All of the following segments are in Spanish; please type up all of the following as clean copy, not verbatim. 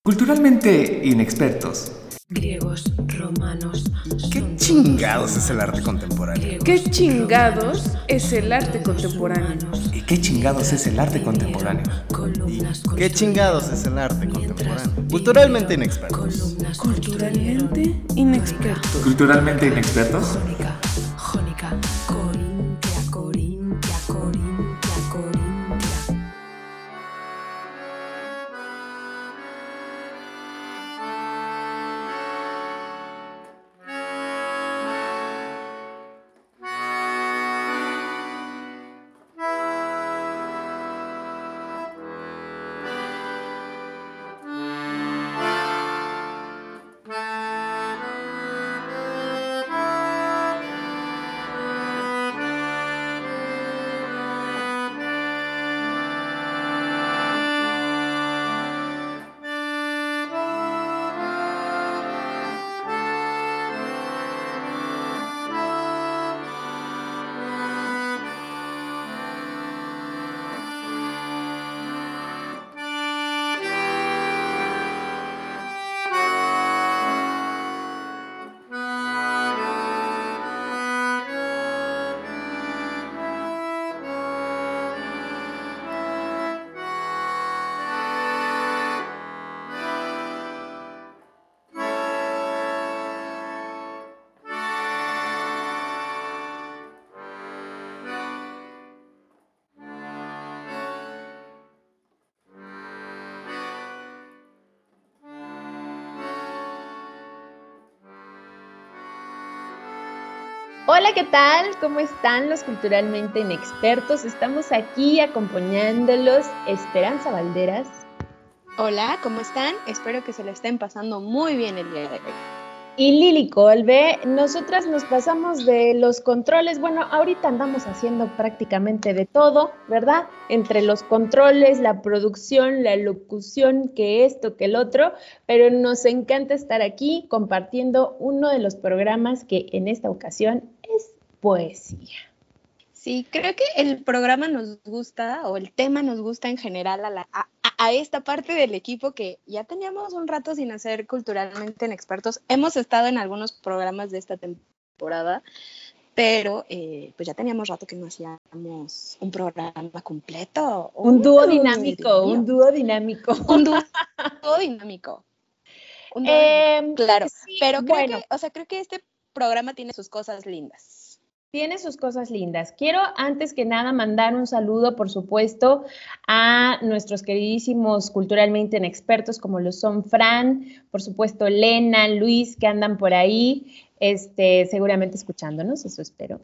Culturalmente inexpertos. Griegos, romanos. ¿Qué chingados es el arte contemporáneo? ¿Qué chingados es el arte contemporáneo? ¿Y qué chingados es el arte contemporáneo? ¿Y qué chingados es el arte contemporáneo? Culturalmente inexpertos. Culturalmente inexpertos. Culturalmente inexpertos. Jónica, Corintia, Corintia, Corintia, Corintia. Hola, ¿qué tal? ¿Cómo están los culturalmente inexpertos? Estamos aquí acompañándolos Esperanza Valderas. Hola, ¿cómo están? Espero que se lo estén pasando muy bien el día de hoy. Y Lili Colbe. Nosotras nos pasamos de los controles. Bueno, ahorita andamos haciendo prácticamente de todo, ¿verdad? Entre los controles, la producción, la locución, que esto, que el otro, pero nos encanta estar aquí compartiendo uno de los programas que en esta ocasión es poesía. Sí, creo que el programa nos gusta, o el tema nos gusta en general a esta parte del equipo que ya teníamos un rato sin hacer culturalmente inexpertos. Hemos estado en algunos programas de esta temporada, pero pues ya teníamos rato que no hacíamos un programa completo. Un dúo dinámico, un dúo dinámico. Un dúo dinámico. Claro, sí, pero bueno. creo que este programa tiene sus cosas lindas. Tiene sus cosas lindas. Quiero antes que nada mandar un saludo, por supuesto, a nuestros queridísimos culturalmente inexpertos como lo son Fran, por supuesto Lena, Luis, que andan por ahí, seguramente escuchándonos, eso espero.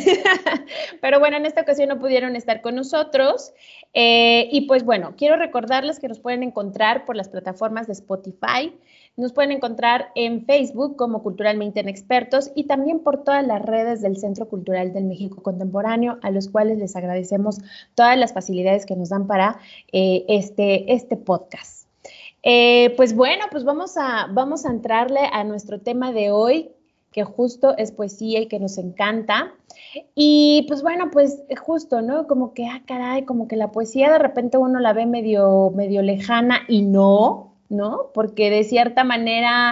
Pero bueno, en esta ocasión no pudieron estar con nosotros. Y pues bueno, quiero recordarles que nos pueden encontrar por las plataformas de Spotify. Nos pueden encontrar en Facebook como Culturalmente Inexpertos y también por todas las redes del Centro Cultural del México Contemporáneo, a los cuales les agradecemos todas las facilidades que nos dan para este podcast. Pues bueno, pues vamos a entrarle a nuestro tema de hoy, que justo es poesía y que nos encanta. Y pues bueno, pues justo, ¿no? Como que, caray, como que la poesía de repente uno la ve medio lejana y no, porque de cierta manera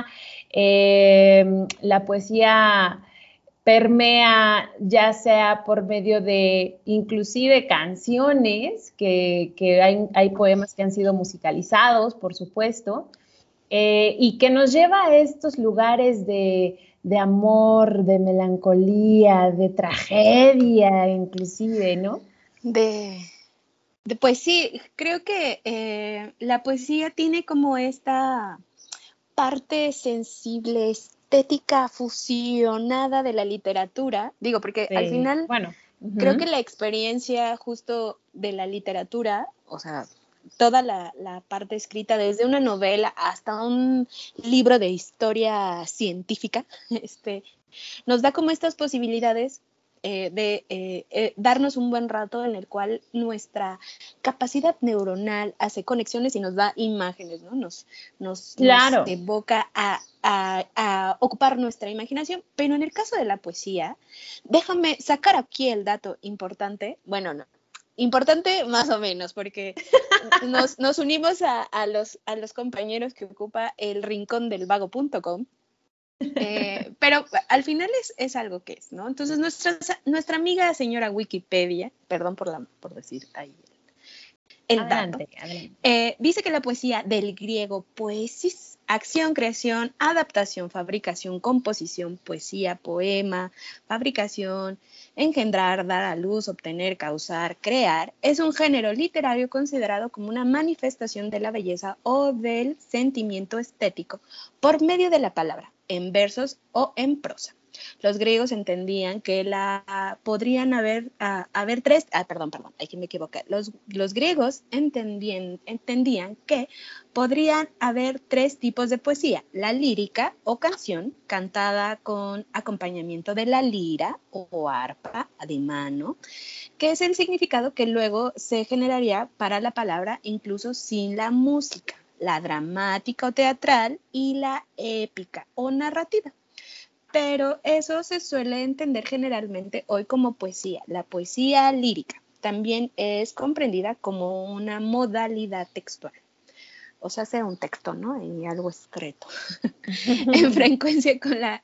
la poesía permea ya sea por medio de inclusive canciones, que hay poemas que han sido musicalizados, por supuesto, y que nos lleva a estos lugares de amor, de melancolía, de tragedia inclusive, ¿no? Pues sí, creo que la poesía tiene como esta parte sensible, estética fusionada de la literatura. Digo, porque al final creo que la experiencia justo de la literatura, o sea, toda la parte escrita, desde una novela hasta un libro de historia científica, nos da como estas posibilidades de darnos un buen rato en el cual nuestra capacidad neuronal hace conexiones y nos da imágenes, ¿no? Nos evoca a ocupar nuestra imaginación. Pero en el caso de la poesía, déjame sacar aquí el dato importante. Bueno, no, importante más o menos, porque nos unimos a los compañeros que ocupa el rincón del vago.com. Pero al final es algo que es, ¿no? Entonces nuestra amiga señora Wikipedia, perdón por decir ahí el dato, adelante. dice que la poesía del griego poesis, acción, creación, adaptación, fabricación, composición, poesía, poema, fabricación, engendrar, dar a luz, obtener, causar, crear, es un género literario considerado como una manifestación de la belleza o del sentimiento estético por medio de la palabra, en versos o en prosa. Los griegos entendían que podrían haber tres, perdón, aquí me equivoqué. Los griegos entendían que podrían haber tres tipos de poesía: la lírica o canción, cantada con acompañamiento de la lira o arpa de mano, que es el significado que luego se generaría para la palabra incluso sin la música, la dramática o teatral y la épica o narrativa. Pero eso se suele entender generalmente hoy como poesía. La poesía lírica también es comprendida como una modalidad textual. O sea, sea un texto, ¿no? Y algo escrito. En frecuencia con la...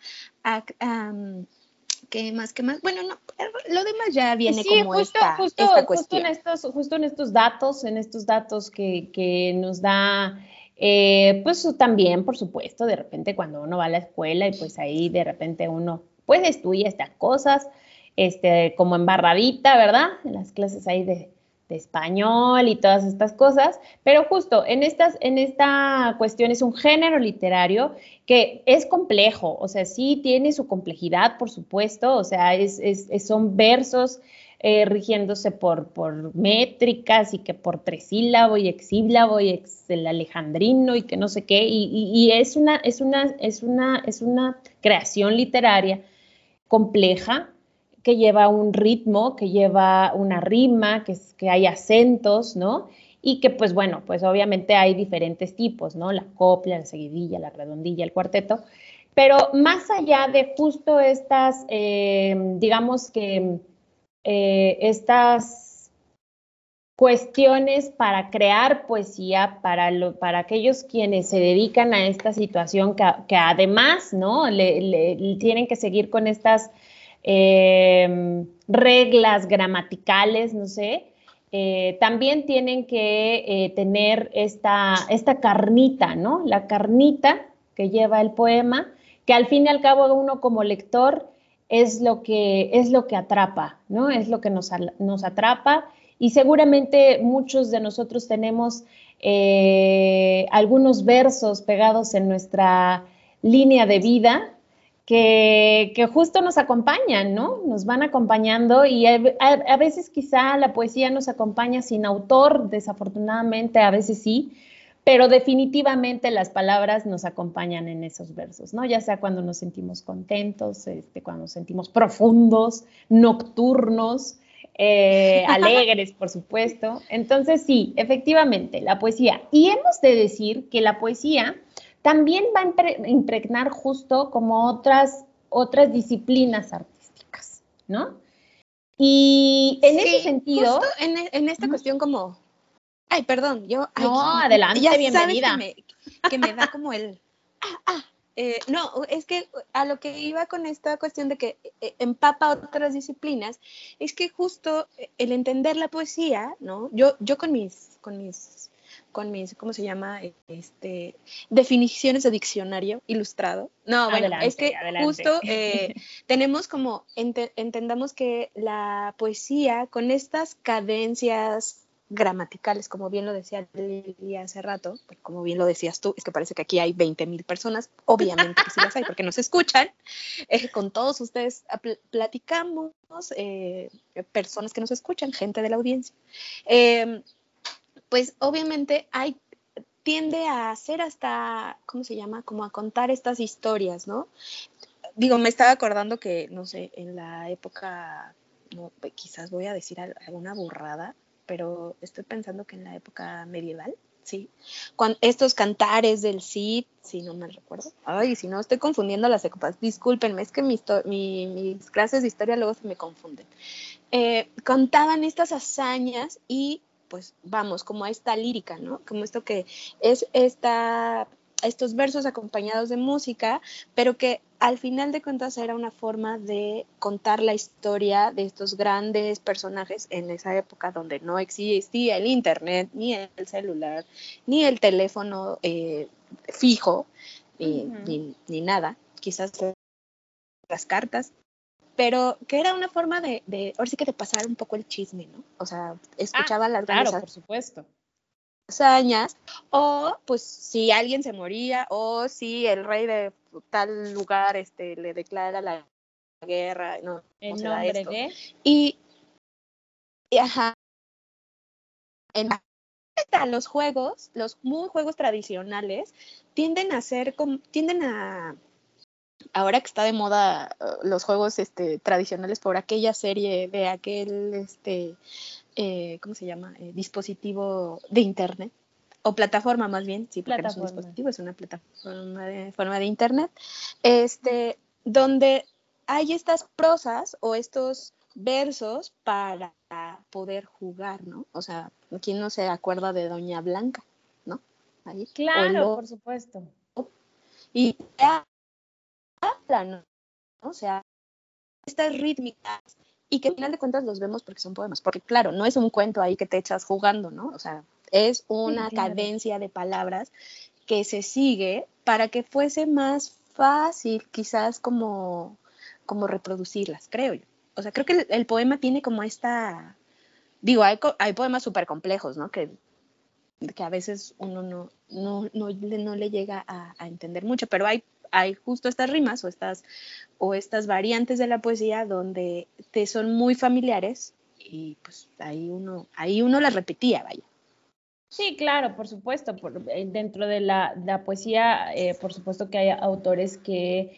¿Qué más? Bueno, no, lo demás ya viene como esta cuestión. Justo en estos datos que nos da... pues también, por supuesto, de repente cuando uno va a la escuela y pues ahí de repente uno pues estudia estas cosas, como embarradita, ¿verdad? En las clases ahí de español y todas estas cosas, pero justo en esta cuestión es un género literario que es complejo, o sea, sí tiene su complejidad, por supuesto, o sea, son versos rigiéndose por métricas y que por tresílabo y exílabo y el alejandrino y que no sé qué, y es una creación literaria compleja que lleva un ritmo, que lleva una rima, que hay acentos, ¿no? Y que, pues bueno, pues obviamente hay diferentes tipos, ¿no? La copla, la seguidilla, la redondilla, el cuarteto. Pero más allá de justo estas, digamos que estas cuestiones para crear poesía, para aquellos quienes se dedican a esta situación, que además, ¿no? Le tienen que seguir con estas reglas gramaticales, no sé, también tienen que tener esta carnita, ¿no? La carnita que lleva el poema, que al fin y al cabo uno como lector es lo que atrapa, ¿no? Es lo que nos atrapa, y seguramente muchos de nosotros tenemos algunos versos pegados en nuestra línea de vida que justo nos acompañan, ¿no? Nos van acompañando, y a veces quizá la poesía nos acompaña sin autor, desafortunadamente a veces sí, pero definitivamente las palabras nos acompañan en esos versos, ¿no? Ya sea cuando nos sentimos contentos, cuando nos sentimos profundos, nocturnos, alegres, por supuesto. Entonces sí, efectivamente, la poesía. Y hemos de decir que la poesía también va a impregnar justo como otras disciplinas artísticas, ¿no? Y en ese sentido... Justo en esta cuestión como... Ay, perdón, adelante, ya bienvenida. Sabes que me da como el... no, es que a lo que iba con esta cuestión de que empapa otras disciplinas, es que justo el entender la poesía, ¿no? Yo con mis, ¿cómo se llama? Definiciones de diccionario ilustrado. No, bueno, adelante, es que justo tenemos como, entendamos que la poesía con estas cadencias gramaticales, como bien lo decía Lili hace rato, pues como bien lo decías tú, es que parece que aquí hay 20,000 personas, obviamente que sí las hay, porque nos escuchan, con todos ustedes platicamos, personas que nos escuchan, gente de la audiencia, pues obviamente tiende a hacer hasta, ¿cómo se llama? Como a contar estas historias, ¿no? Digo, me estaba acordando que, no sé, en la época, no, quizás voy a decir alguna burrada, pero estoy pensando que en la época medieval, sí, estos cantares del Cid, si no mal recuerdo, ay, si no, estoy confundiendo las épocas, discúlpenme, es que mis clases de historia luego se me confunden. contaban estas hazañas y pues vamos, como a esta lírica, ¿no? Como esto que es estos versos acompañados de música, pero que al final de cuentas era una forma de contar la historia de estos grandes personajes en esa época donde no existía el internet, ni el celular, ni el teléfono fijo, ni nada, quizás las cartas, pero que era una forma ahora sí que de pasar un poco el chisme, ¿no? O sea, escuchaba las Claro, grandes por supuesto. hazañas, o pues si alguien se moría, o si el rey de tal lugar le declara la guerra, no, En se da nombre esto. de... Ajá, los juegos, los muy juegos tradicionales, tienden a ahora que está de moda los juegos tradicionales por aquella serie de aquel ¿cómo se llama? Dispositivo de internet o plataforma más bien, sí, porque no es un dispositivo, es una plataforma de internet, donde hay estas prosas o estos versos para poder jugar, ¿no? O sea, ¿quién no se acuerda de Doña Blanca, ¿no? Ahí. Claro, por supuesto. Y ¿no? O sea, estas rítmicas y que al final de cuentas los vemos porque son poemas, porque claro, no es un cuento ahí que te echas jugando, ¿no? O sea, es una cadencia de palabras que se sigue para que fuese más fácil quizás como reproducirlas, creo yo. O sea, creo que el poema tiene como digo, hay poemas súper complejos, ¿no? Que a veces uno no le llega a entender mucho, pero hay justo estas rimas o estas variantes de la poesía donde te son muy familiares y pues ahí uno las repetía, vaya. Sí, claro, por supuesto. Dentro de la poesía, por supuesto que hay autores que,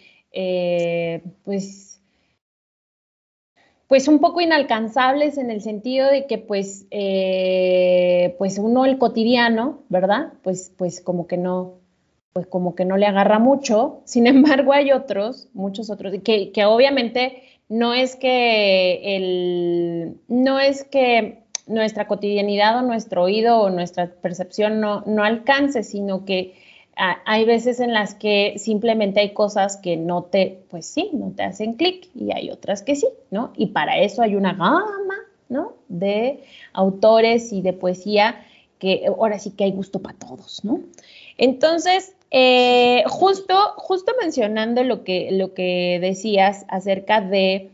pues un poco inalcanzables en el sentido de que, pues uno el cotidiano, ¿verdad? Pues como que no le agarra mucho. Sin embargo, hay muchos otros, que obviamente no es que nuestra cotidianidad o nuestro oído o nuestra percepción no alcance, sino que hay veces en las que simplemente hay cosas que no te hacen clic y hay otras que sí, ¿no? Y para eso hay una gama, ¿no? De autores y de poesía que ahora sí que hay gusto para todos, ¿no? Entonces, justo mencionando lo que decías acerca de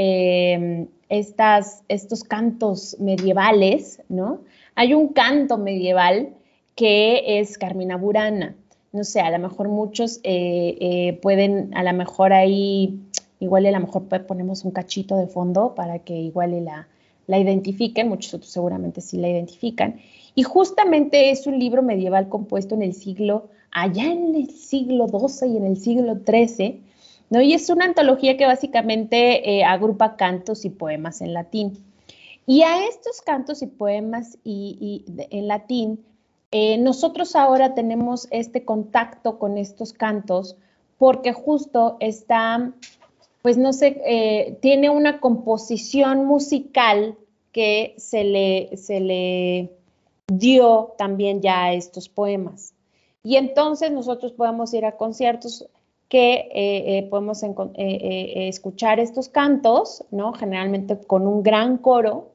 estos cantos medievales, ¿no? Hay un canto medieval que es Carmina Burana. No sé, a lo mejor muchos pueden, a lo mejor ahí, igual a lo mejor ponemos un cachito de fondo para que igual la identifiquen, muchos otros seguramente sí la identifican. Y justamente es un libro medieval compuesto allá en el siglo XII y en el siglo XIII, ¿no? Y es una antología que básicamente agrupa cantos y poemas en latín. Y a estos cantos y poemas en latín, nosotros ahora tenemos este contacto con estos cantos porque justo está, pues no sé, tiene una composición musical que se le dio también ya a estos poemas. Y entonces nosotros podemos ir a conciertos que podemos escuchar estos cantos, ¿no? Generalmente con un gran coro,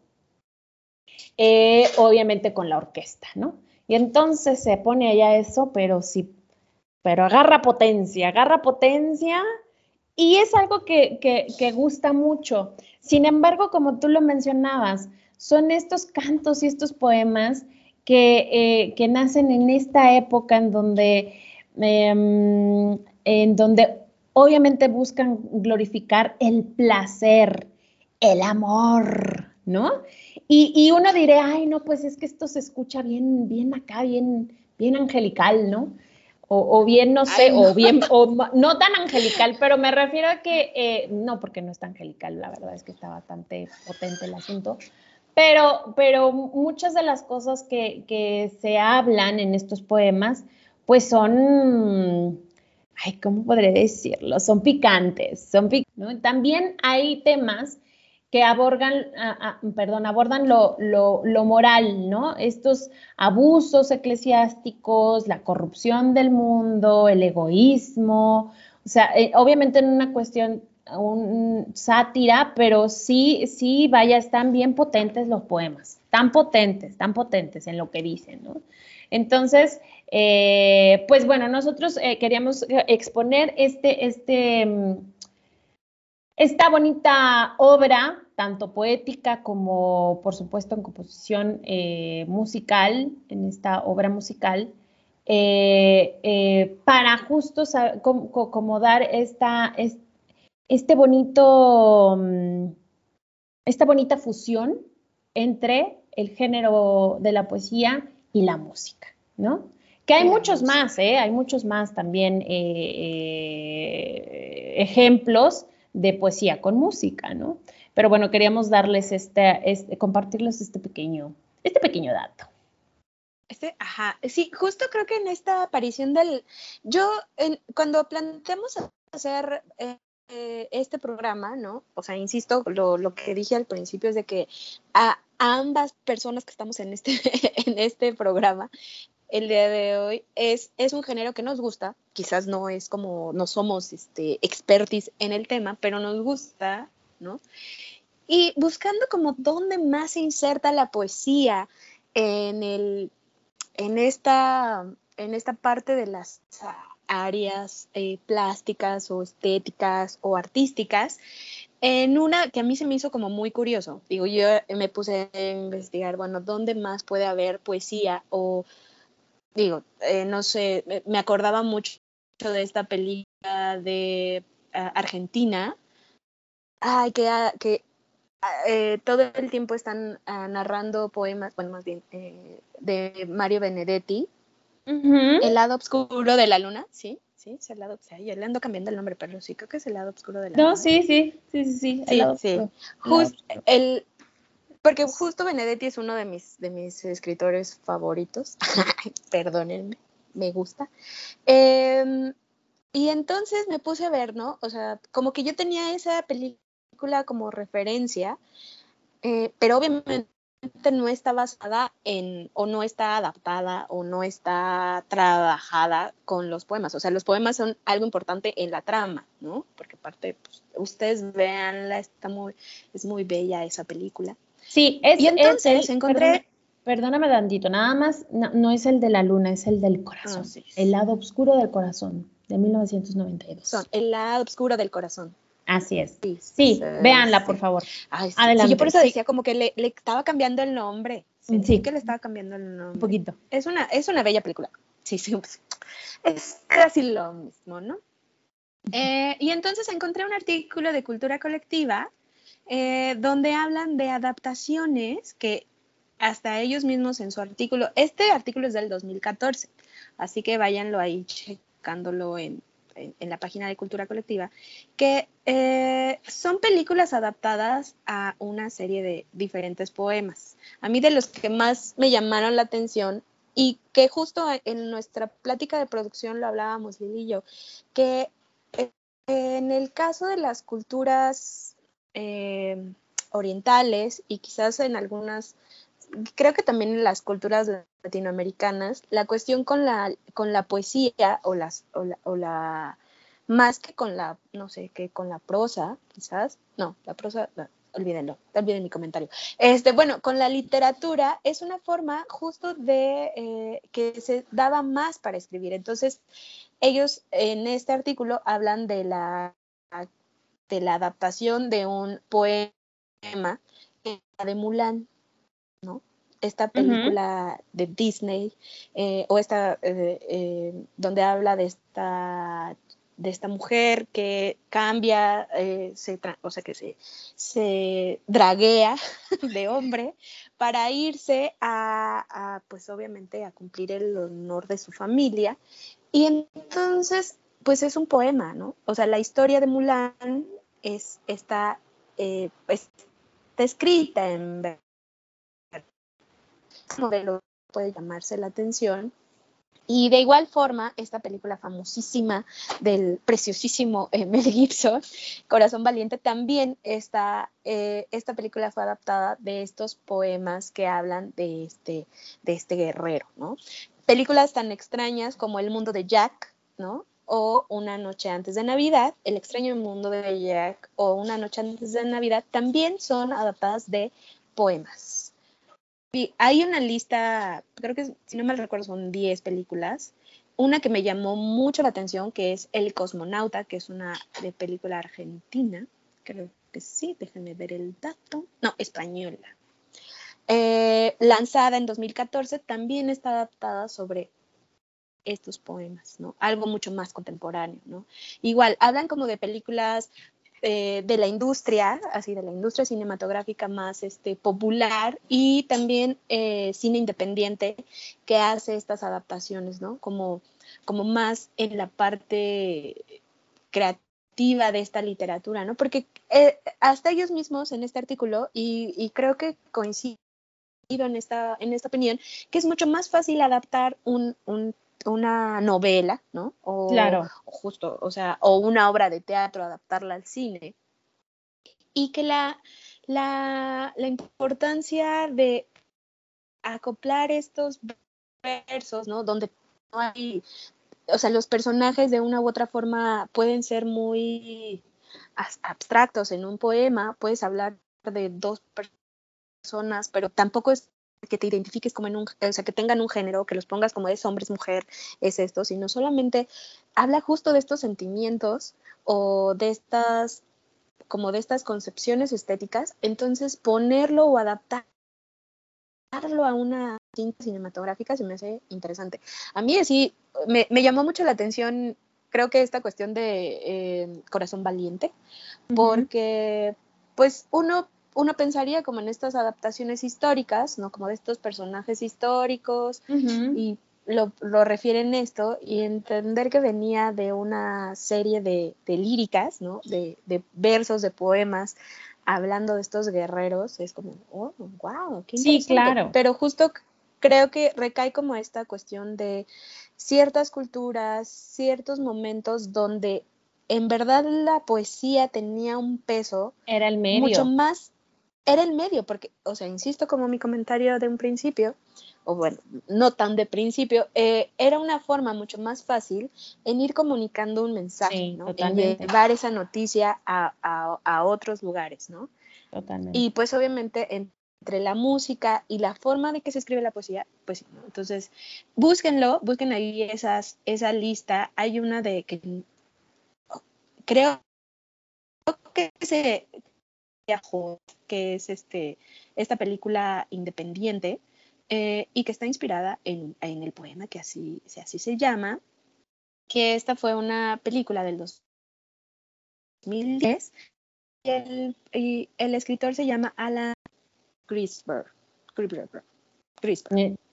obviamente con la orquesta, ¿no? Y entonces se pone allá eso, pero agarra potencia, y es algo que gusta mucho. Sin embargo, como tú lo mencionabas, son estos cantos y estos poemas que nacen en esta época en donde obviamente buscan glorificar el placer, el amor, ¿no? Y uno dirá, ay, no, pues es que esto se escucha bien, bien acá, bien, bien angelical, ¿no? O bien, no sé, ay, no. o no tan angelical, pero me refiero a que, no, porque no es tan angelical, la verdad es que está bastante potente el asunto, pero muchas de las cosas que se hablan en estos poemas, pues son, ay, ¿cómo podré decirlo? Son picantes, ¿no? También hay temas que abordan lo moral, ¿no? Estos abusos eclesiásticos, la corrupción del mundo, el egoísmo, o sea, obviamente en una cuestión, sátira, pero sí, vaya, están bien potentes los poemas, tan potentes en lo que dicen, ¿no? Entonces, pues bueno, nosotros queríamos exponer esta bonita obra, tanto poética como, por supuesto, en composición musical, en esta obra musical, para justo como dar este bonito, esta bonita fusión entre el género de la poesía y la música, ¿no? Que hay muchos más, hay muchos más también ejemplos de poesía con música, ¿no? Pero bueno, queríamos darles compartirles este pequeño dato. Sí, justo creo que en esta aparición cuando planteamos hacer este programa, ¿no? O sea, insisto, lo que dije al principio es de que a ambas personas que estamos en en este programa, el día de hoy, es un género que nos gusta, quizás no es como, no somos expertis en el tema, pero nos gusta, ¿no? Y buscando como dónde más se inserta la poesía en esta parte de las áreas plásticas o estéticas o artísticas, en una que a mí se me hizo como muy curioso. Digo, yo me puse a investigar, bueno, ¿dónde más puede haber poesía? O, digo, no sé, me acordaba mucho de esta película de Argentina, que todo el tiempo están narrando poemas, bueno, más bien, de Mario Benedetti, El lado oscuro de la luna, sí, es el lado, o sea, yo le ando cambiando el nombre, pero sí, creo que es El lado oscuro de la luna. No, sí, el lado oscuro. Porque justo Benedetti es uno de mis escritores favoritos, perdónenme, me gusta. Y entonces me puse a ver, ¿no? O sea, como que yo tenía esa película como referencia, pero obviamente no está basada o no está adaptada, o no está trabajada con los poemas. O sea, los poemas son algo importante en la trama, ¿no? Porque aparte, pues, ustedes véanla, es muy bella esa película. Sí, y entonces encontré... Perdóname tantito, nada más, no es el de la luna, es el del corazón. Sí. El lado oscuro del corazón, de 1992. El lado oscuro del corazón. Así es. Sí, véanla, por favor. Ay, sí. Adelante. Sí, yo por eso decía como que le estaba cambiando el nombre. Sí, que le estaba cambiando el nombre. Un poquito. Es una bella película. Sí, es casi lo mismo, ¿no? Y entonces encontré un artículo de Cultura Colectiva donde hablan de adaptaciones que hasta ellos mismos en su artículo, este artículo es del 2014, así que váyanlo ahí checándolo en la página de Cultura Colectiva, que son películas adaptadas a una serie de diferentes poemas. A mí de los que más me llamaron la atención y que justo en nuestra plática de producción lo hablábamos Lili y yo, que en el caso de las culturas orientales y quizás en algunas, creo que también en las culturas latinoamericanas, la cuestión con la poesía más que con la, no sé, que con la prosa, quizás, no, la prosa, no, olvídenlo, olviden mi comentario. Bueno, con la literatura es una forma justo de que se daba más para escribir. Entonces, ellos en este artículo hablan de la adaptación de un poema de Mulan, ¿no? Esta película de Disney, o esta donde habla de esta mujer que cambia, o sea, que se draguea de hombre para irse pues obviamente a cumplir el honor de su familia. Y entonces, pues es un poema, ¿no? O sea, la historia de Mulan está escrita en modelo puede llamarse la atención, Y de igual forma, esta película famosísima del preciosísimo Mel Gibson, Corazón Valiente, también esta película fue adaptada de estos poemas que hablan de este guerrero, ¿no? Películas tan extrañas como El mundo de Jack, ¿no? O Una noche antes de Navidad, El extraño mundo de Jack o Una noche antes de Navidad, también son adaptadas de poemas. Sí, hay una lista, creo que si no mal recuerdo son 10 películas. Una que me llamó mucho la atención, que es El cosmonauta, que es una de película argentina. Creo que sí, déjenme ver el dato. No, española. Lanzada en 2014, también está adaptada sobre estos poemas, ¿no? Algo mucho más contemporáneo, ¿no? Igual, hablan como de películas de la industria, así de la industria cinematográfica más popular y también cine independiente que hace estas adaptaciones, ¿no? Como más en la parte creativa de esta literatura, ¿no? Porque hasta ellos mismos en este artículo, y creo que coincido en esta opinión, que es mucho más fácil adaptar una novela, ¿no? Claro. Justo, o sea, o una obra de teatro, adaptarla al cine. Y que la importancia de acoplar estos versos, ¿no? Donde no hay, o sea, los personajes de una u otra forma pueden ser muy abstractos en un poema, puedes hablar de dos personas, pero tampoco es que te identifiques como o sea, que tengan un género, que los pongas como es hombre, es mujer, es esto, sino solamente habla justo de estos sentimientos o de estas concepciones estéticas, entonces ponerlo o adaptarlo a una cinta cinematográfica se me hace interesante. A mí sí, me llamó mucho la atención, creo que esta cuestión de Corazón Valiente, porque pues uno pensaría como en estas adaptaciones históricas, ¿no? Como de estos personajes históricos, y lo refieren esto, y entender que venía de una serie de líricas, ¿no? De versos, de poemas, hablando de estos guerreros, es como, oh, wow, qué interesante. Sí, claro. Pero justo creo que recae como esta cuestión de ciertas culturas, ciertos momentos donde en verdad la poesía tenía un peso Era el medio. mucho más, era el medio, porque, o sea, insisto como mi comentario de un principio, o bueno, no tan de principio, era una forma mucho más fácil en ir comunicando un mensaje, Sí, ¿no? totalmente. En llevar esa noticia a otros lugares, ¿no? Totalmente. Y pues obviamente entre la música y la forma de que se escribe la poesía, pues sí, ¿no? Entonces, busquen ahí esa lista. Hay una de que creo que se viajó, que es esta película independiente, y que está inspirada en el poema que así se llama, que esta fue una película del 2010, y el escritor se llama Alan Grisberg. Ay,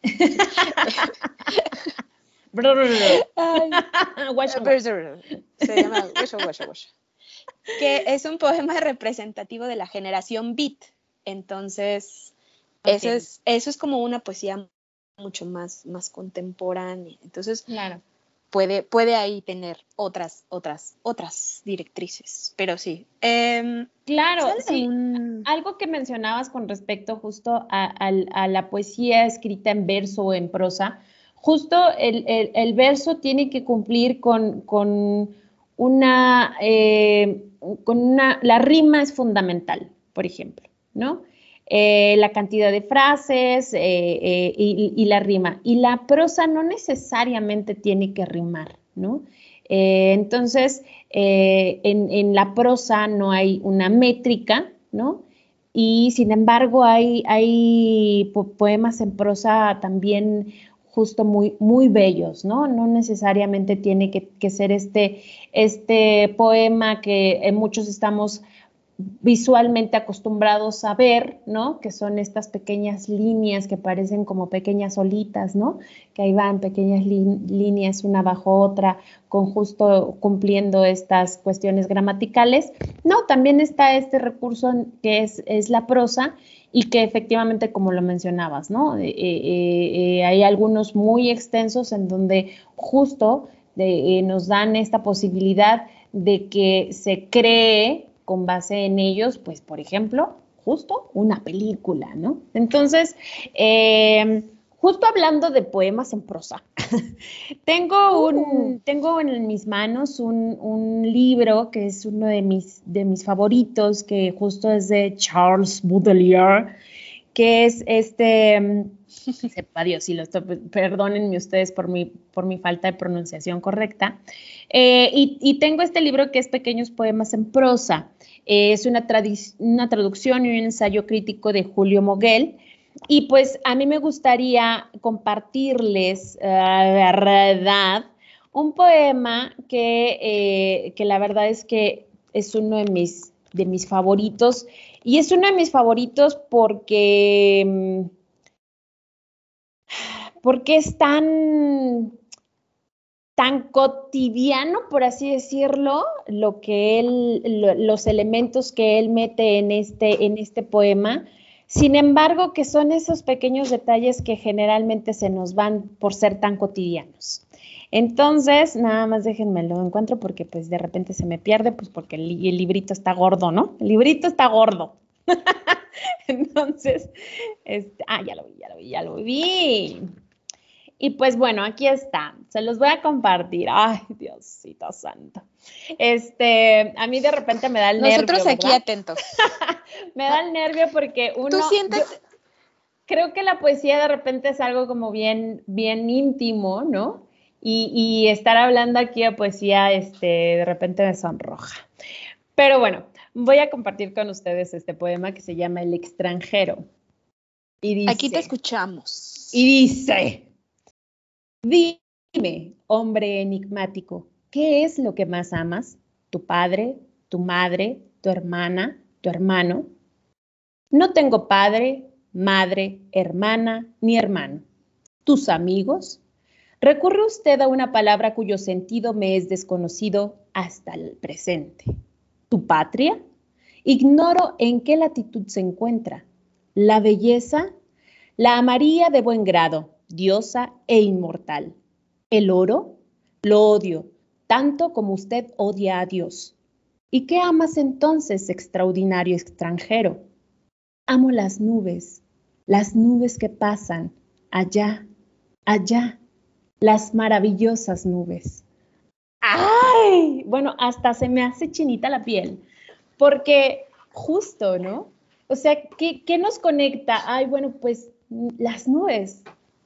Se llama que es un poema representativo de la generación beat. Entonces, okay. eso es como una poesía mucho más contemporánea. Entonces, Claro. puede ahí tener otras directrices. Pero sí. Claro, sí. Algo que mencionabas con respecto justo a la poesía escrita en verso o en prosa, justo el verso tiene que cumplir con la rima es fundamental, por ejemplo, ¿no? La cantidad de frases y la rima. Y la prosa no necesariamente tiene que rimar, ¿no? Entonces, en la prosa no hay una métrica, ¿no? Y sin embargo hay poemas en prosa también justo muy, muy bellos, ¿no? No necesariamente tiene que ser este poema que muchos estamos visualmente acostumbrados a ver, ¿no? Que son estas pequeñas líneas que parecen como pequeñas olitas, ¿no? Que ahí van pequeñas líneas una bajo otra, con justo cumpliendo estas cuestiones gramaticales. No, también está este recurso que es la prosa y que efectivamente, como lo mencionabas, ¿no? Hay algunos muy extensos en donde justo nos dan esta posibilidad de que se cree con base en ellos, pues, por ejemplo, justo una película, ¿no? Entonces, justo hablando de poemas en prosa, tengo en mis manos un libro que es uno de mis favoritos, que justo es de Charles Baudelaire, que es sepa Dios, perdónenme ustedes por mi falta de pronunciación correcta. Y tengo este libro que es Pequeños Poemas en Prosa. Es una traducción y un ensayo crítico de Julio Moguel. Y pues a mí me gustaría compartirles, la verdad, un poema que la verdad es que es uno de mis favoritos. Y es uno de mis favoritos porque es tan cotidiano, por así decirlo, los elementos que él mete en este poema. Sin embargo, que son esos pequeños detalles que generalmente se nos van por ser tan cotidianos. Entonces, nada más déjenme lo encuentro porque pues de repente se me pierde, pues porque el librito está gordo, ¿no? El librito está gordo. Entonces, ya lo vi. Y pues bueno, aquí está. Se los voy a compartir. Ay, Diosito santo. A mí de repente me da el nervio. Nosotros aquí ¿verdad? atentos. Me da el nervio porque ¿Tú sientes? Creo que la poesía de repente es algo como bien, bien íntimo, ¿no? Y estar hablando aquí de poesía, de repente me sonroja. Pero bueno, voy a compartir con ustedes este poema que se llama El extranjero. Y dice, aquí te escuchamos. Y dice, dime, hombre enigmático, ¿qué es lo que más amas? ¿Tu padre, tu madre, tu hermana, tu hermano? No tengo padre, madre, hermana ni hermano. ¿Tus amigos? Recurre usted a una palabra cuyo sentido me es desconocido hasta el presente. ¿Tu patria? Ignoro en qué latitud se encuentra. ¿La belleza? La amaría de buen grado, diosa e inmortal. ¿El oro? Lo odio, tanto como usted odia a Dios. ¿Y qué amas entonces, extraordinario extranjero? Amo las nubes que pasan, allá, las maravillosas nubes. ¡Ay! Bueno, hasta se me hace chinita la piel, porque justo, ¿no? O sea, ¿qué nos conecta? Ay, bueno, pues las nubes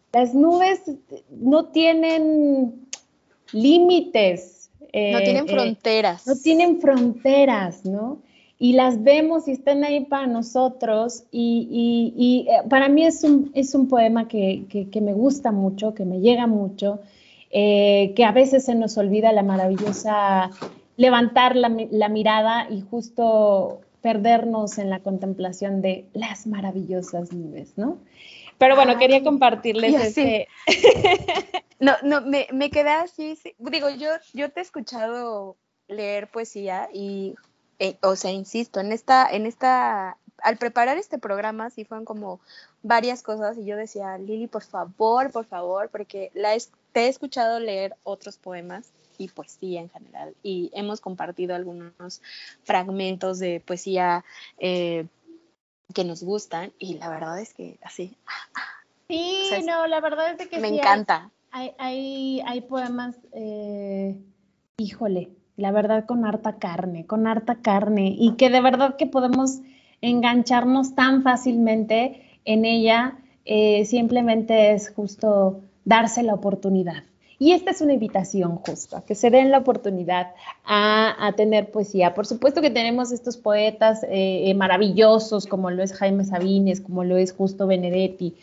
no tienen límites. No tienen fronteras. No tienen fronteras, ¿no? Y las vemos y están ahí para nosotros y para mí es un poema que me gusta mucho, que me llega mucho, que a veces se nos olvida la maravillosa, levantar la mirada y justo perdernos en la contemplación de las maravillosas nubes, ¿no? Pero bueno, quería compartirles ese... No, me quedé así, sí. Digo, yo te he escuchado leer poesía y, o sea, insisto, al preparar este programa sí fueron como varias cosas y yo decía, Lili, por favor, porque te he escuchado leer otros poemas y poesía en general y hemos compartido algunos fragmentos de poesía que nos gustan y la verdad es que así... Sí, o sea, no, la verdad es de que me sí encanta. Hay poemas, híjole, la verdad con harta carne, y que de verdad que podemos engancharnos tan fácilmente en ella, simplemente es justo darse la oportunidad. Y esta es una invitación justo, a que se den la oportunidad a tener poesía. Por supuesto que tenemos estos poetas maravillosos, como lo es Jaime Sabines, como lo es Justo Benedetti,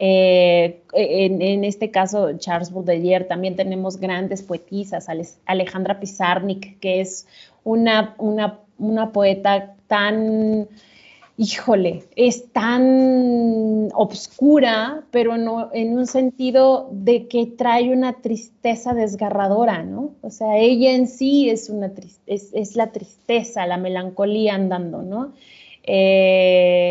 en este caso Charles Baudelaire. También tenemos grandes poetisas, Alejandra Pizarnik, que es una poeta tan, híjole, es tan obscura, pero no en un sentido de que trae una tristeza desgarradora, ¿no? O sea, ella en sí es la tristeza, la melancolía andando, ¿no?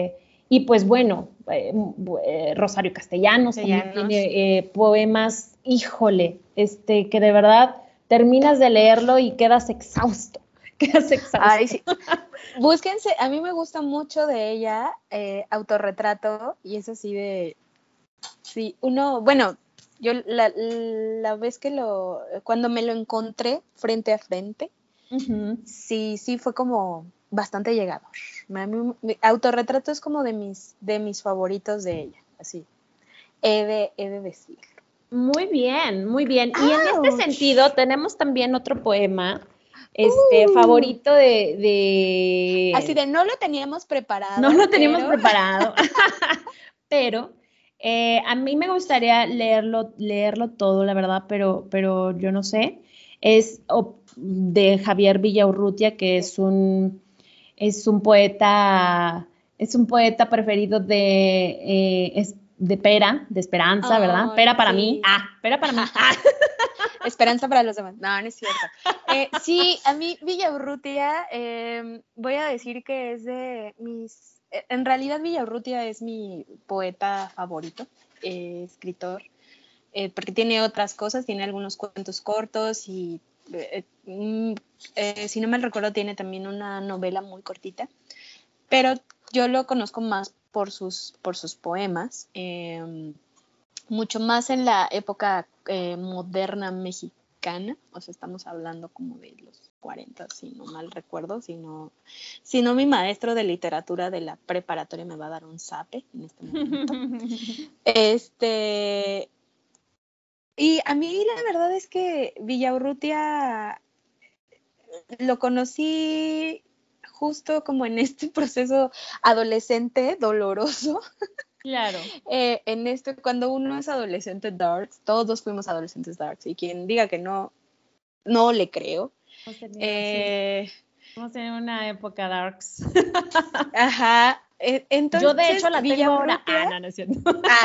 Y pues bueno, Rosario Castellanos también tiene poemas, híjole, que de verdad terminas de leerlo y quedas exhausto. Ay, sí. Búsquense, a mí me gusta mucho de ella, Autorretrato, y es así de, sí, bueno, yo la vez que cuando me lo encontré frente a frente, sí fue como bastante llegador. Autorretrato es como de mis favoritos de ella, así, he de decirlo. Muy bien, muy bien. Y en este sentido tenemos también otro poema, favorito de... Así de, no lo teníamos preparado. No lo teníamos preparado, pero a mí me gustaría leerlo todo, la verdad, pero yo no sé. Es de Javier Villaurrutia, que es un poeta preferido de Pera, de Esperanza, ¿verdad? Pera para mí. Pera para mí. Esperanza para los demás. No es cierto. Sí, a mí Villaurrutia, voy a decir que es de mis... En realidad Villaurrutia es mi poeta favorito, escritor, porque tiene otras cosas, tiene algunos cuentos cortos y, si no me recuerdo, tiene también una novela muy cortita, pero yo lo conozco más por sus poemas, mucho más en la época moderna mexicana, o sea, estamos hablando como de los 40, si no mal recuerdo, si no mi maestro de literatura de la preparatoria me va a dar un zape en este momento. Y a mí la verdad es que Villaurrutia lo conocí justo como en este proceso adolescente doloroso. Claro. Cuando uno es adolescente darks, todos fuimos adolescentes darks, y quien diga que no le creo. Hemos tenido una época darks. Ajá. Entonces, yo de hecho la tengo ahora. No es cierto.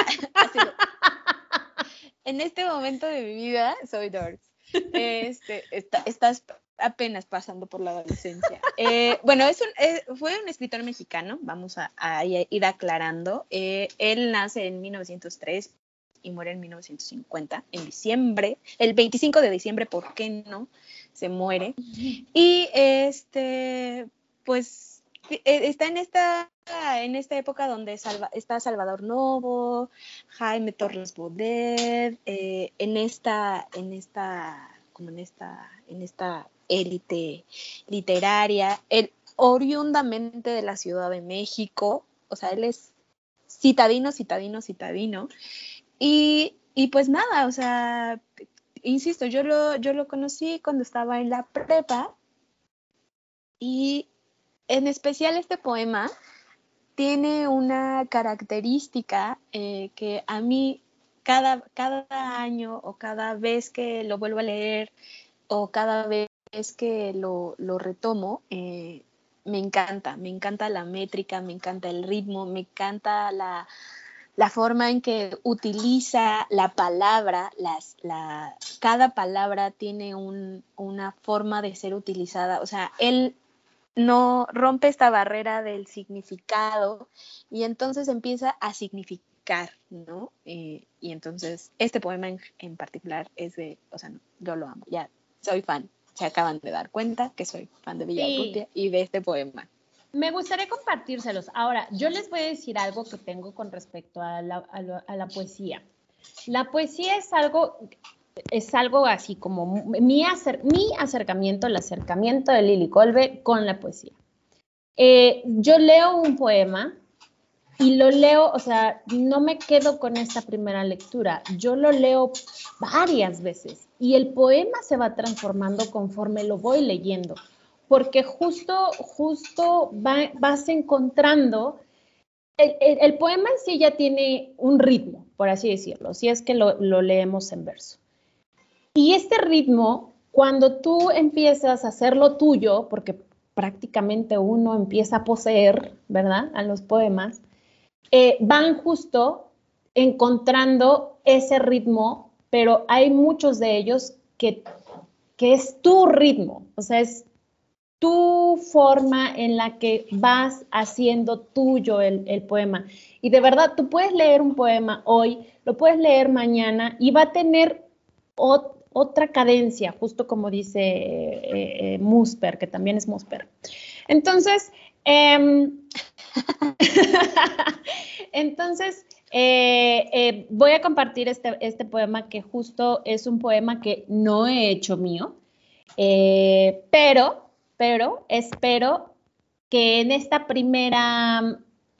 En este momento de mi vida soy darks. Estás apenas pasando por la adolescencia. Bueno, fue un escritor mexicano, vamos a ir aclarando. Él nace en 1903 y muere en 1950, en diciembre, el 25 de diciembre, ¿por qué no? Se muere. Y pues está en esta época donde está Salvador Novo, Jaime Torres Bodet, en esta élite literaria, él oriundamente de la Ciudad de México, o sea, él es citadino, y pues nada, o sea, insisto, yo lo conocí cuando estaba en la prepa, y en especial este poema tiene una característica que a mí cada año o cada vez que lo vuelvo a leer o cada vez que lo retomo, me encanta la métrica, me encanta el ritmo, me encanta la forma en que utiliza la palabra, cada palabra tiene una forma de ser utilizada, o sea, él no rompe esta barrera del significado y entonces empieza a significar, ¿no? Y entonces este poema en particular es o sea, no, yo lo amo, ya soy fan, se acaban de dar cuenta que soy fan de Villaurrutia y de este poema. Me gustaría compartírselos. Ahora, yo les voy a decir algo que tengo con respecto a la poesía. La poesía es algo así como mi acercamiento, el acercamiento de Lily Kolbe con la poesía. Yo leo un poema y lo leo, o sea, no me quedo con esta primera lectura, yo lo leo varias veces y el poema se va transformando conforme lo voy leyendo, porque justo vas encontrando, el poema en sí ya tiene un ritmo, por así decirlo, si es que lo leemos en verso. Y este ritmo, cuando tú empiezas a hacerlo tuyo, porque prácticamente uno empieza a poseer, ¿verdad?, a los poemas, van justo encontrando ese ritmo, pero hay muchos de ellos que es tu ritmo, o sea, es tu forma en la que vas haciendo tuyo el poema. Y de verdad, tú puedes leer un poema hoy, lo puedes leer mañana y va a tener otra cadencia, justo como dice Musper, que también es Musper. Entonces, voy a compartir este poema que justo es un poema que no he hecho mío, pero espero que en esta primera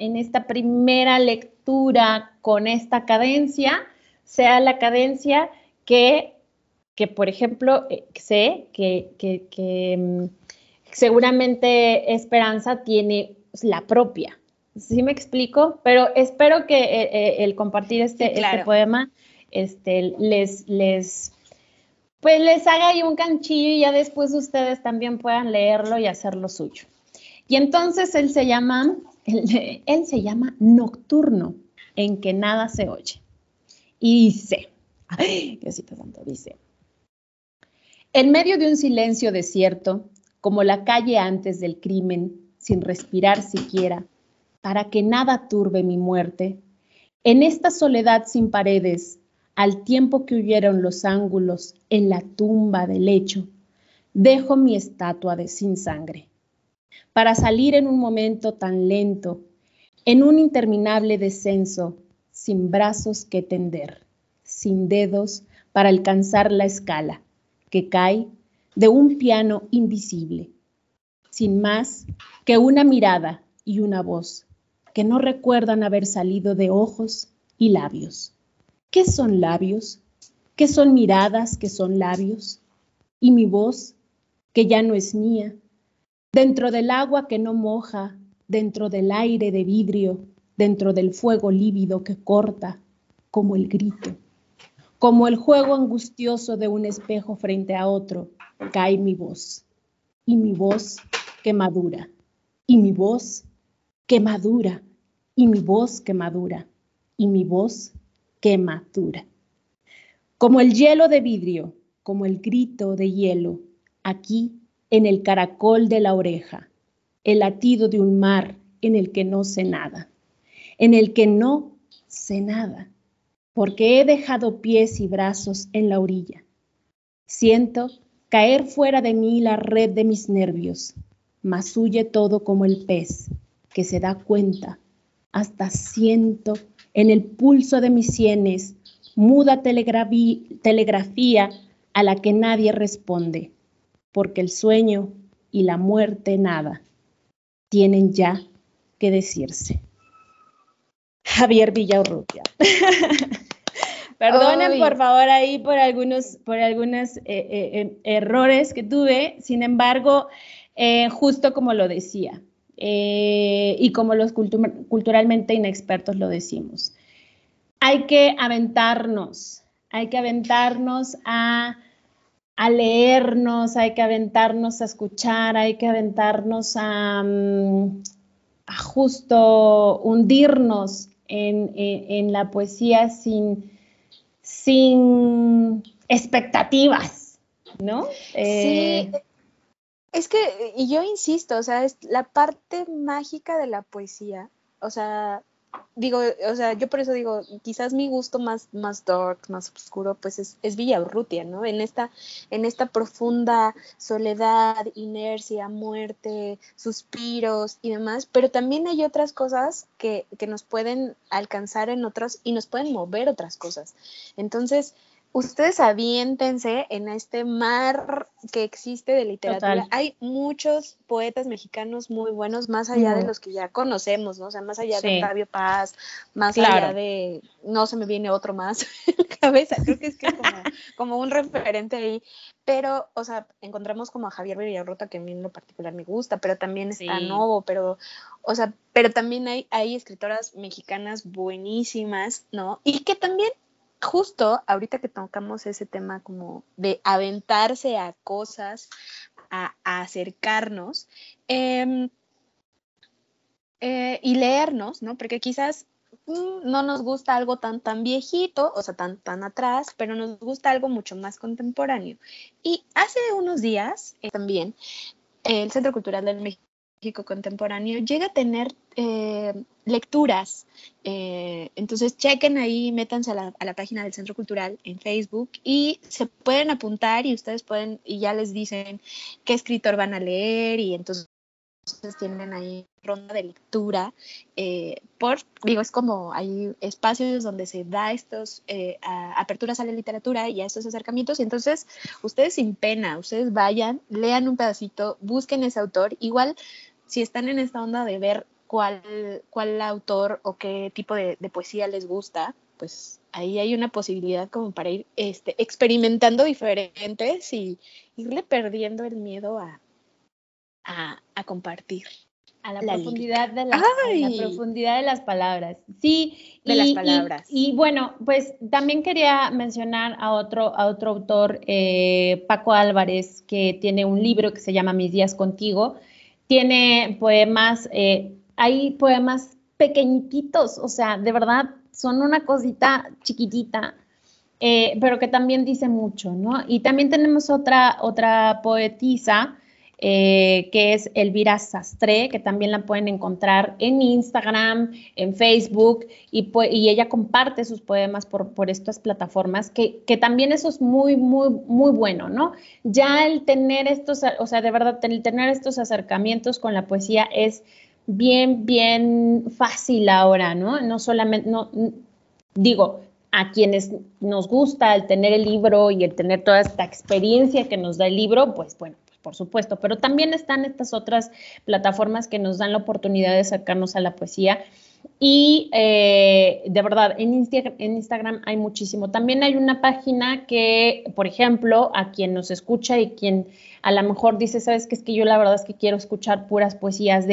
lectura con esta cadencia sea la cadencia que por ejemplo, sé que seguramente Esperanza tiene la propia. ¿Sí me explico? Pero espero que el compartir Sí, claro. este poema les haga ahí un canchillo y ya después ustedes también puedan leerlo y hacerlo suyo. Y entonces él se llama Nocturno, en que nada se oye. Y dice, ¡ay, Diosito Santo! Dice, en medio de un silencio desierto, como la calle antes del crimen, sin respirar siquiera, para que nada turbe mi muerte, en esta soledad sin paredes, al tiempo que huyeron los ángulos en la tumba del lecho, dejo mi estatua sin sangre, para salir en un momento tan lento, en un interminable descenso, sin brazos que tender, sin dedos para alcanzar la escala, que cae de un piano invisible, sin más que una mirada y una voz que no recuerdan haber salido de ojos y labios. ¿Qué son labios? ¿Qué son miradas que son labios? Y mi voz, que ya no es mía, dentro del agua que no moja, dentro del aire de vidrio, dentro del fuego lívido que corta, como el grito, como el juego angustioso de un espejo frente a otro, cae mi voz, y mi voz que madura, y mi voz que madura, y mi voz que madura, y mi voz que madura. Como el hielo de vidrio, como el grito de hielo, aquí en el caracol de la oreja, el latido de un mar en el que no sé nada, en el que no sé nada, porque he dejado pies y brazos en la orilla. Siento caer fuera de mí la red de mis nervios, mas huye todo como el pez que se da cuenta, hasta siento en el pulso de mis sienes muda telegrafía a la que nadie responde, porque el sueño y la muerte nada tienen ya que decirse. Javier Villaurrutia. Perdonen, por favor, ahí por algunos errores que tuve. Sin embargo, justo como lo decía, y como los culturalmente inexpertos lo decimos, hay que aventarnos a leernos, hay que aventarnos a escuchar, hay que aventarnos a justo hundirnos en la poesía sin expectativas, ¿no? Sí, es que y yo insisto, o sea, es la parte mágica de la poesía, o sea, digo, o sea, yo por eso digo, quizás mi gusto más dark, más oscuro, pues es Villaurrutia, ¿no? En esta profunda soledad, inercia, muerte, suspiros y demás, pero también hay otras cosas que nos pueden alcanzar en otros y nos pueden mover otras cosas. Entonces, ustedes aviéntense en este mar que existe de literatura. Total. Hay muchos poetas mexicanos muy buenos, más allá de los que ya conocemos, ¿no? O sea, más allá de Octavio Paz, más allá de, no se me viene otro más en la cabeza, creo que es como un referente ahí. Pero, o sea, encontramos como a Javier Villaurrutia, que a mí en lo particular me gusta, pero también está Novo, pero también hay escritoras mexicanas buenísimas, ¿no? Y que también justo ahorita que tocamos ese tema como de aventarse a cosas, a acercarnos y leernos, ¿no? Porque quizás no nos gusta algo tan viejito, o sea, tan atrás, pero nos gusta algo mucho más contemporáneo. Y hace unos días también el Centro Cultural del México Contemporáneo llega a tener lecturas. Entonces chequen ahí, métanse a la página del Centro Cultural en Facebook y se pueden apuntar y ustedes pueden, y ya les dicen qué escritor van a leer y entonces tienen ahí ronda de lectura. Es como hay espacios donde se da estos aperturas a la literatura y a estos acercamientos, y entonces ustedes sin pena, ustedes vayan, lean un pedacito, busquen ese autor, igual si están en esta onda de ver cuál autor o qué tipo de poesía les gusta, pues ahí hay una posibilidad como para ir experimentando diferentes y irle perdiendo el miedo a compartir. A la La profundidad lírica. de la profundidad de las palabras. Sí, De las palabras. Y bueno, pues también quería mencionar a otro autor, Paco Álvarez, que tiene un libro que se llama Mis días contigo. Tiene poemas, hay poemas pequeñitos, o sea, de verdad, son una cosita chiquitita, pero que también dice mucho, ¿no? Y también tenemos otra poetisa, que es Elvira Sastre, que también la pueden encontrar en Instagram, en Facebook, y ella comparte sus poemas por estas plataformas, que también eso es muy, muy, muy bueno, ¿no? Ya el tener o sea, de verdad, el tener estos acercamientos con la poesía es bien, bien fácil ahora, ¿no? No solamente, no, digo, a quienes nos gusta el tener el libro y el tener toda esta experiencia que nos da el libro, pues bueno, por supuesto, pero también están estas otras plataformas que nos dan la oportunidad de acercarnos a la poesía y de verdad, en Instagram hay muchísimo. También hay una página que, por ejemplo, a quien nos escucha y quien a lo mejor dice, ¿sabes qué? Es que yo la verdad es que quiero escuchar puras poesías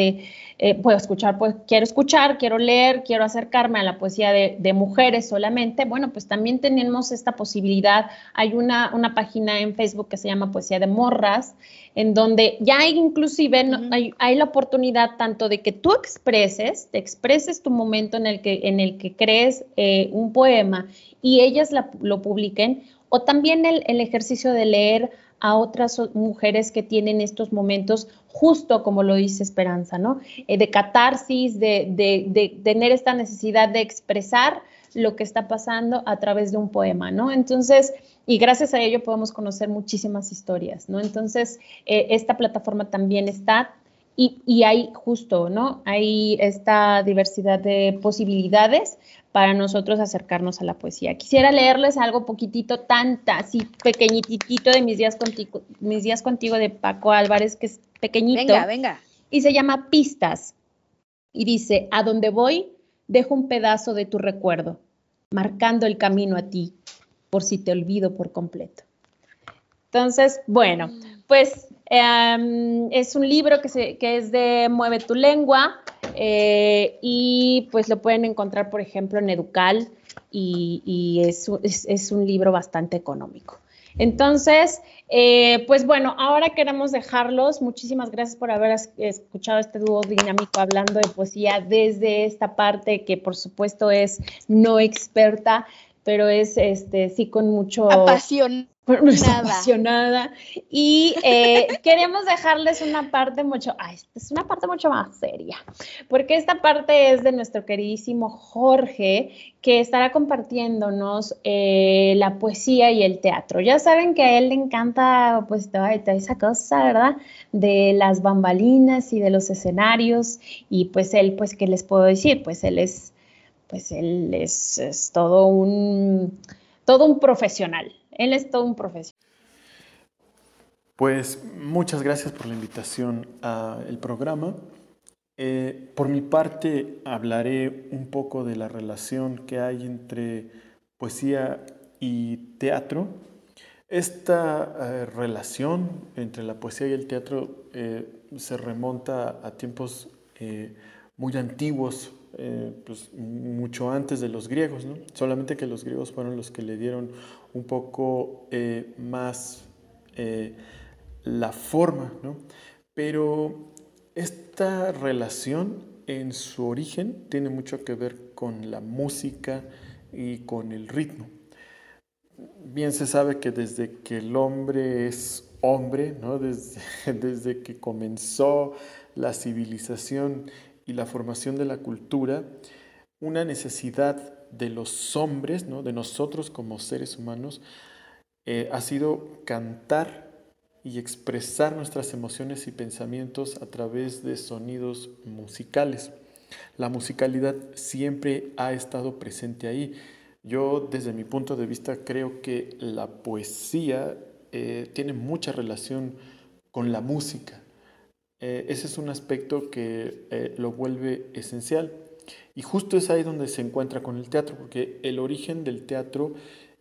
quiero escuchar, quiero leer, quiero acercarme a la poesía de mujeres solamente. Bueno, pues también tenemos esta posibilidad. Hay una página en Facebook que se llama Poesía de Morras, en donde ya hay inclusive, hay la oportunidad tanto de que tú te expreses tu momento en el que crees un poema y ellas lo publiquen, o también el ejercicio de leer a otras mujeres que tienen estos momentos, justo como lo dice Esperanza, ¿no? De catarsis, de tener esta necesidad de expresar lo que está pasando a través de un poema, ¿no? Entonces, y gracias a ello podemos conocer muchísimas historias, ¿no? Entonces, esta plataforma también está y hay justo, ¿no? Hay esta diversidad de posibilidades para nosotros acercarnos a la poesía. Quisiera leerles algo poquitito, así pequeñitito de Mis días contigo de Paco Álvarez, que es pequeñito. Venga. Y se llama Pistas. Y dice, a donde voy, dejo un pedazo de tu recuerdo, marcando el camino a ti, por si te olvido por completo. Entonces, bueno, pues es un libro que es de Mueve tu Lengua, y pues lo pueden encontrar, por ejemplo, en Educal, y es un libro bastante económico. Entonces, pues bueno, ahora queremos dejarlos. Muchísimas gracias por haber escuchado este dúo dinámico hablando de poesía desde esta parte que por supuesto es no experta, pero es sí con mucho... apasionada. Y queremos dejarles una parte es una parte mucho más seria, porque esta parte es de nuestro queridísimo Jorge, que estará compartiéndonos la poesía y el teatro. Ya saben que a él le encanta pues toda esa cosa, ¿verdad? De las bambalinas y de los escenarios, y pues él, pues, ¿qué les puedo decir? Pues él es todo un profesional. Él es todo un profesional. Pues muchas gracias por la invitación al programa. Por mi parte, hablaré un poco de la relación que hay entre poesía y teatro. Esta relación entre la poesía y el teatro se remonta a tiempos muy antiguos, pues mucho antes de los griegos, ¿no? Solamente que los griegos fueron los que le dieron un poco más la forma, ¿no? Pero esta relación en su origen tiene mucho que ver con la música y con el ritmo. Bien se sabe que desde que el hombre es hombre, ¿no? Desde que comenzó la civilización y la formación de la cultura, una necesidad de los hombres, ¿no? De nosotros como seres humanos, ha sido cantar y expresar nuestras emociones y pensamientos a través de sonidos musicales. La musicalidad siempre ha estado presente ahí. Yo, desde mi punto de vista, creo que la poesía tiene mucha relación con la música. Ese es un aspecto que lo vuelve esencial. Y justo es ahí donde se encuentra con el teatro, porque el origen del teatro,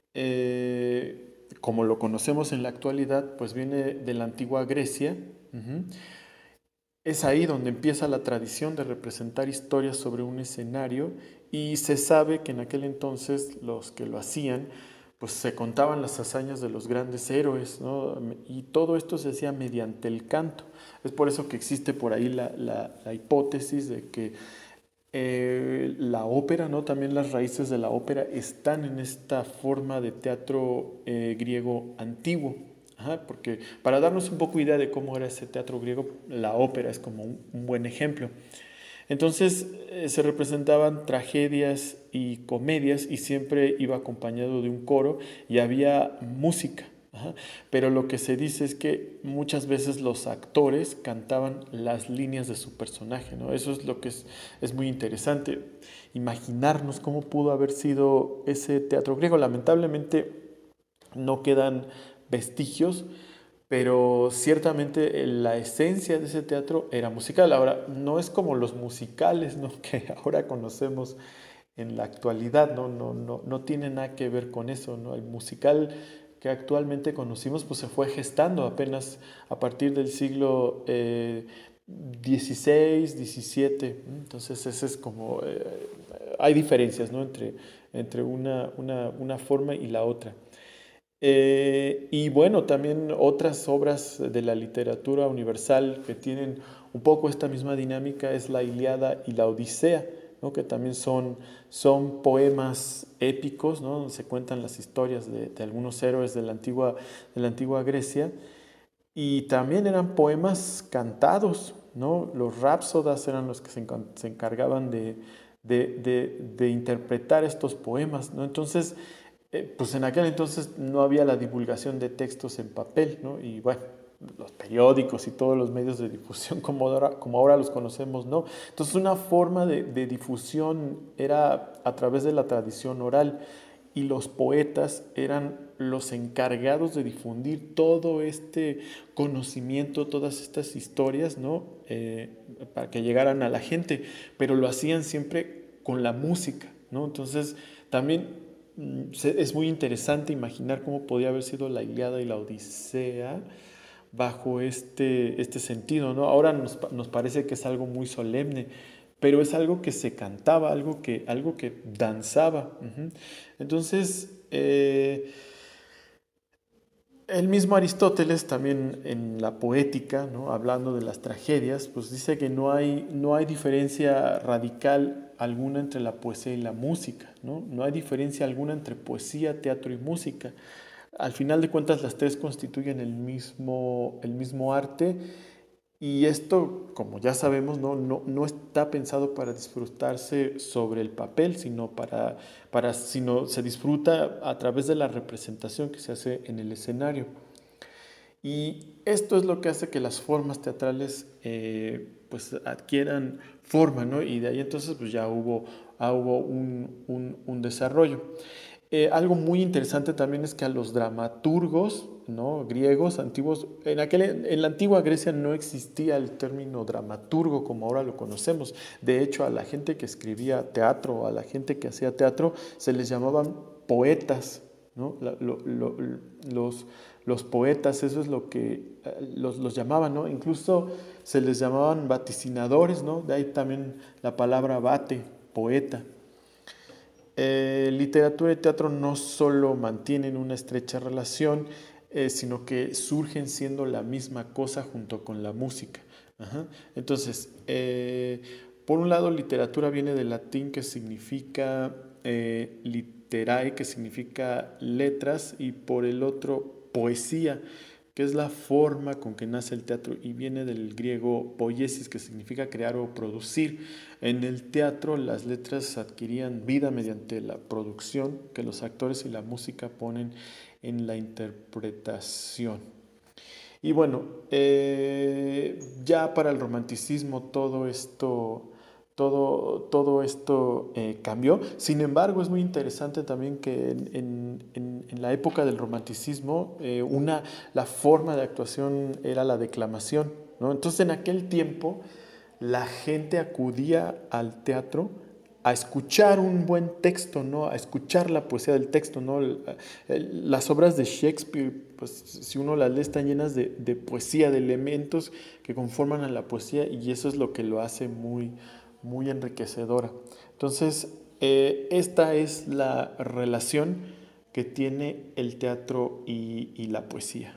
como lo conocemos en la actualidad, pues viene de la antigua Grecia. Uh-huh. Es ahí donde empieza la tradición de representar historias sobre un escenario, y se sabe que en aquel entonces los que lo hacían, pues se contaban las hazañas de los grandes héroes, ¿no? Y todo esto se hacía mediante el canto. Es por eso que existe por ahí la hipótesis de que la ópera, ¿no? También las raíces de la ópera están en esta forma de teatro griego antiguo. Ajá, porque para darnos un poco idea de cómo era ese teatro griego, la ópera es como un buen ejemplo. Entonces se representaban tragedias y comedias, y siempre iba acompañado de un coro y había música. Ajá. Pero lo que se dice es que muchas veces los actores cantaban las líneas de su personaje, ¿no? Eso es lo que es muy interesante, imaginarnos cómo pudo haber sido ese teatro griego. Lamentablemente no quedan vestigios, pero ciertamente la esencia de ese teatro era musical. Ahora, no es como los musicales, ¿no? Que ahora conocemos en la actualidad, no tiene nada que ver con eso, ¿no? El musical que actualmente conocimos pues se fue gestando apenas a partir del siglo XVI, XVII. Entonces ese es como, hay diferencias, ¿no? entre una forma y la otra. Y bueno, también otras obras de la literatura universal que tienen un poco esta misma dinámica es la Ilíada y la Odisea, ¿no? Que también son poemas épicos, ¿no? Donde se cuentan las historias de algunos héroes de la antigua Grecia, y también eran poemas cantados, ¿no? Los rapsodas eran los que se encargaban de interpretar estos poemas, ¿no? Entonces, pues en aquel entonces no había la divulgación de textos en papel, ¿no? Y bueno, los periódicos y todos los medios de difusión como ahora los conocemos, ¿no? Entonces una forma de difusión era a través de la tradición oral, y los poetas eran los encargados de difundir todo este conocimiento, todas estas historias, ¿no? Para que llegaran a la gente, pero lo hacían siempre con la música, ¿no? Entonces también es muy interesante imaginar cómo podía haber sido la Ilíada y la Odisea bajo este sentido, ¿no? Ahora nos parece que es algo muy solemne, pero es algo que se cantaba, algo que danzaba. Uh-huh. Entonces, el mismo Aristóteles también en la poética, ¿no? Hablando de las tragedias, pues dice que no hay diferencia radical alguna entre la poesía y la música, ¿no? No hay diferencia alguna entre poesía, teatro y música. Al final de cuentas, las tres constituyen el mismo arte, y esto, como ya sabemos, no está pensado para disfrutarse sobre el papel, sino sino se disfruta a través de la representación que se hace en el escenario. Y esto es lo que hace que las formas teatrales pues adquieran forma, ¿no? Y de ahí entonces pues ya hubo un desarrollo. Algo muy interesante también es que a los dramaturgos, ¿no? Griegos antiguos, en la antigua Grecia no existía el término dramaturgo como ahora lo conocemos. De hecho, a la gente que escribía teatro, a la gente que hacía teatro, se les llamaban poetas, ¿no? Los poetas, eso es lo que los llamaban, ¿no? Incluso se les llamaban vaticinadores, ¿no? De ahí también la palabra vate, poeta. Literatura y teatro no solo mantienen una estrecha relación, sino que surgen siendo la misma cosa junto con la música. Ajá. Entonces, por un lado, literatura viene del latín, que significa literae, que significa letras, y por el otro, poesía, que es la forma con que nace el teatro y viene del griego poiesis, que significa crear o producir. En el teatro las letras adquirían vida mediante la producción que los actores y la música ponen en la interpretación. Y bueno, ya para el romanticismo todo esto cambió. Sin embargo, es muy interesante también que en la época del romanticismo la forma de actuación era la declamación, ¿no? Entonces, en aquel tiempo, la gente acudía al teatro a escuchar un buen texto, ¿no? A escuchar la poesía del texto, ¿no? Las obras de Shakespeare, pues si uno las lee, están llenas de poesía, de elementos que conforman a la poesía, y eso es lo que lo hace muy, muy enriquecedora. Entonces, esta es la relación que tiene el teatro y la poesía.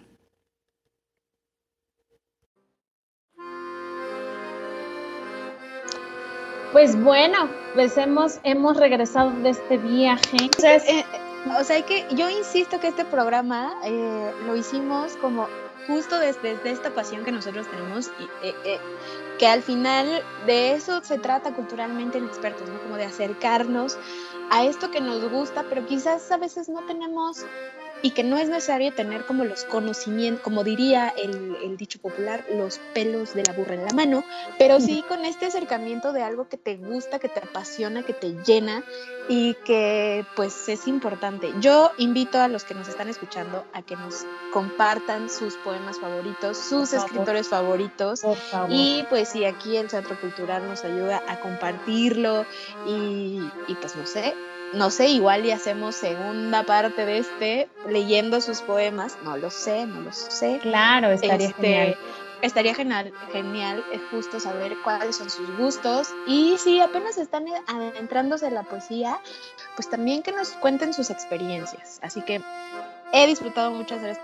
Pues bueno, pues hemos regresado de este viaje. Entonces, o sea, que yo insisto que este programa lo hicimos como justo desde esta pasión que nosotros tenemos y que al final de eso se trata culturalmente en Expertos, ¿no? Como de acercarnos a esto que nos gusta, pero quizás a veces no tenemos y que no es necesario tener como los conocimientos, como diría el dicho popular, los pelos de la burra en la mano, pero sí con este acercamiento de algo que te gusta, que te apasiona, que te llena y que pues es importante. Yo invito a los que nos están escuchando a que nos compartan sus poemas favoritos, sus escritores favoritos, por favor. Y pues si aquí el Centro Cultural nos ayuda a compartirlo y pues no sé, igual y hacemos segunda parte de leyendo sus poemas, no lo sé. Claro, estaría genial. Estaría genial justo saber cuáles son sus gustos y si apenas están adentrándose en la poesía, pues también que nos cuenten sus experiencias. Así que he disfrutado mucho hacer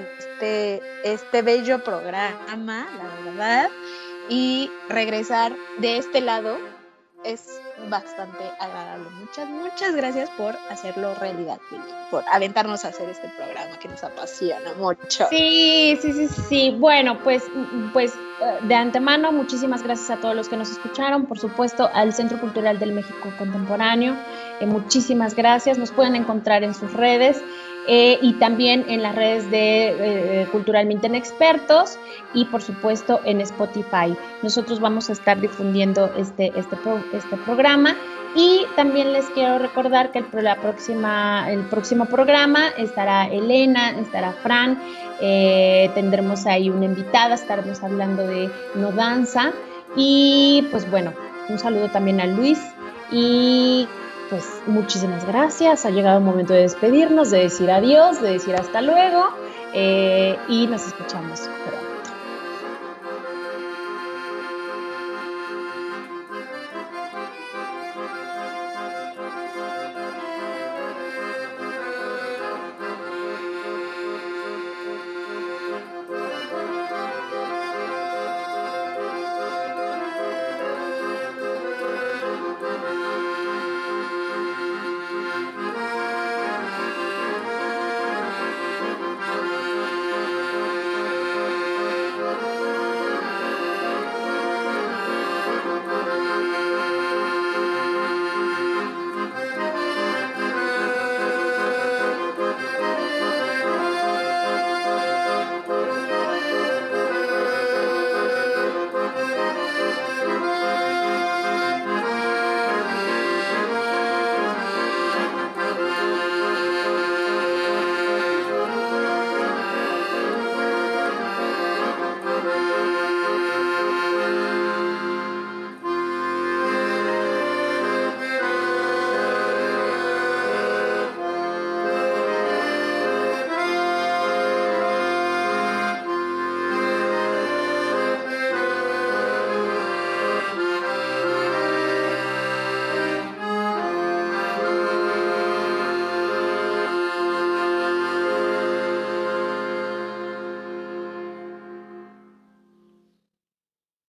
este bello programa, la verdad, y regresar de este lado es bastante agradable. Muchas gracias por hacerlo realidad, Lili, por aventarnos a hacer este programa que nos apasiona mucho. Sí. Bueno, pues de antemano, muchísimas gracias a todos los que nos escucharon, por supuesto al Centro Cultural del México Contemporáneo, muchísimas gracias. Nos pueden encontrar en sus redes y también en las redes de Culturalmente Inexpertos y por supuesto en Spotify. Nosotros vamos a estar difundiendo este programa y también les quiero recordar que el próximo programa estará Elena, estará Fran, tendremos ahí una invitada, estaremos hablando de no danza y pues bueno, un saludo también a Luis y pues muchísimas gracias, ha llegado el momento de despedirnos, de decir adiós, de decir hasta luego y nos escuchamos pronto.